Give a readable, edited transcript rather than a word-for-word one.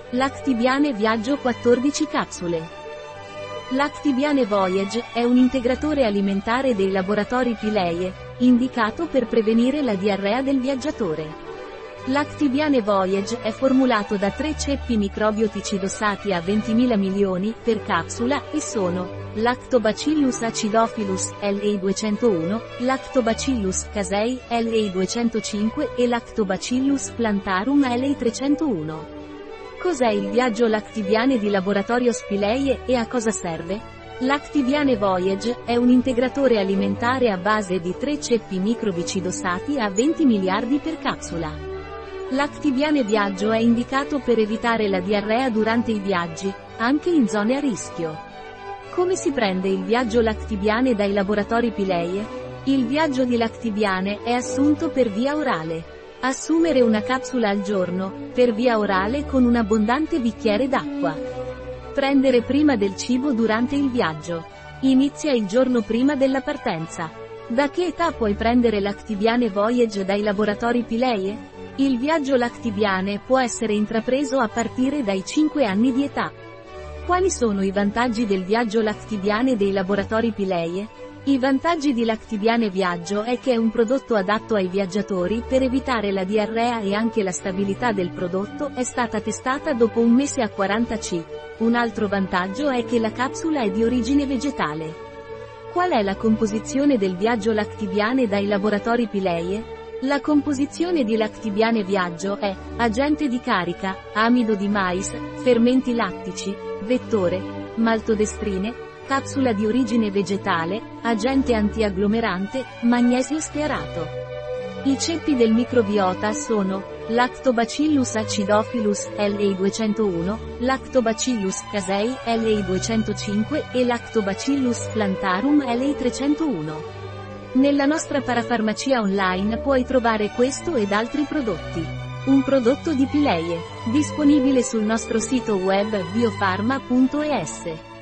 Lactibiane Viaggio 14 capsule. Lactibiane Voyage è un integratore alimentare dei laboratori Pileie, indicato per prevenire la diarrea del viaggiatore. Lactibiane Voyage è formulato da 3 ceppi microbiotici dosati a 20.000 milioni per capsula e sono Lactobacillus acidophilus LA201, Lactobacillus casei LA205 e Lactobacillus plantarum LA301. Cos'è il viaggio Lactibiane di laboratorio Pileie e a cosa serve? Lactibiane Voyage è un integratore alimentare a base di 3 ceppi microbici dosati a 20 miliardi per capsula. Lactibiane Viaggio è indicato per evitare la diarrea durante i viaggi, anche in zone a rischio. Come si prende il viaggio Lactibiane dai laboratori Pileie? Il viaggio di Lactibiane è assunto per via orale. Assumere una capsula al giorno, per via orale con un abbondante bicchiere d'acqua. Prendere prima del cibo durante il viaggio. Inizia il giorno prima della partenza. Da che età puoi prendere Lactibiane Voyage dai laboratori Pileie? Il viaggio Lactibiane può essere intrapreso a partire dai 5 anni di età. Quali sono i vantaggi del viaggio Lactibiane dei laboratori Pileie? I vantaggi di Lactibiane Viaggio è che è un prodotto adatto ai viaggiatori per evitare la diarrea e anche la stabilità del prodotto è stata testata dopo un mese a 40C. Un altro vantaggio è che la capsula è di origine vegetale. Qual è la composizione del viaggio Lactibiane dai laboratori Pileie? La composizione di Lactibiane Viaggio è agente di carica, amido di mais, fermenti lattici, vettore, maltodestrine, capsula di origine vegetale, agente antiagglomerante, magnesio stearato. I ceppi del microbiota sono Lactobacillus acidophilus LA201, Lactobacillus casei LA205 e Lactobacillus plantarum LA301. Nella nostra parafarmacia online puoi trovare questo ed altri prodotti. Un prodotto di Pileie, disponibile sul nostro sito web biofarma.es.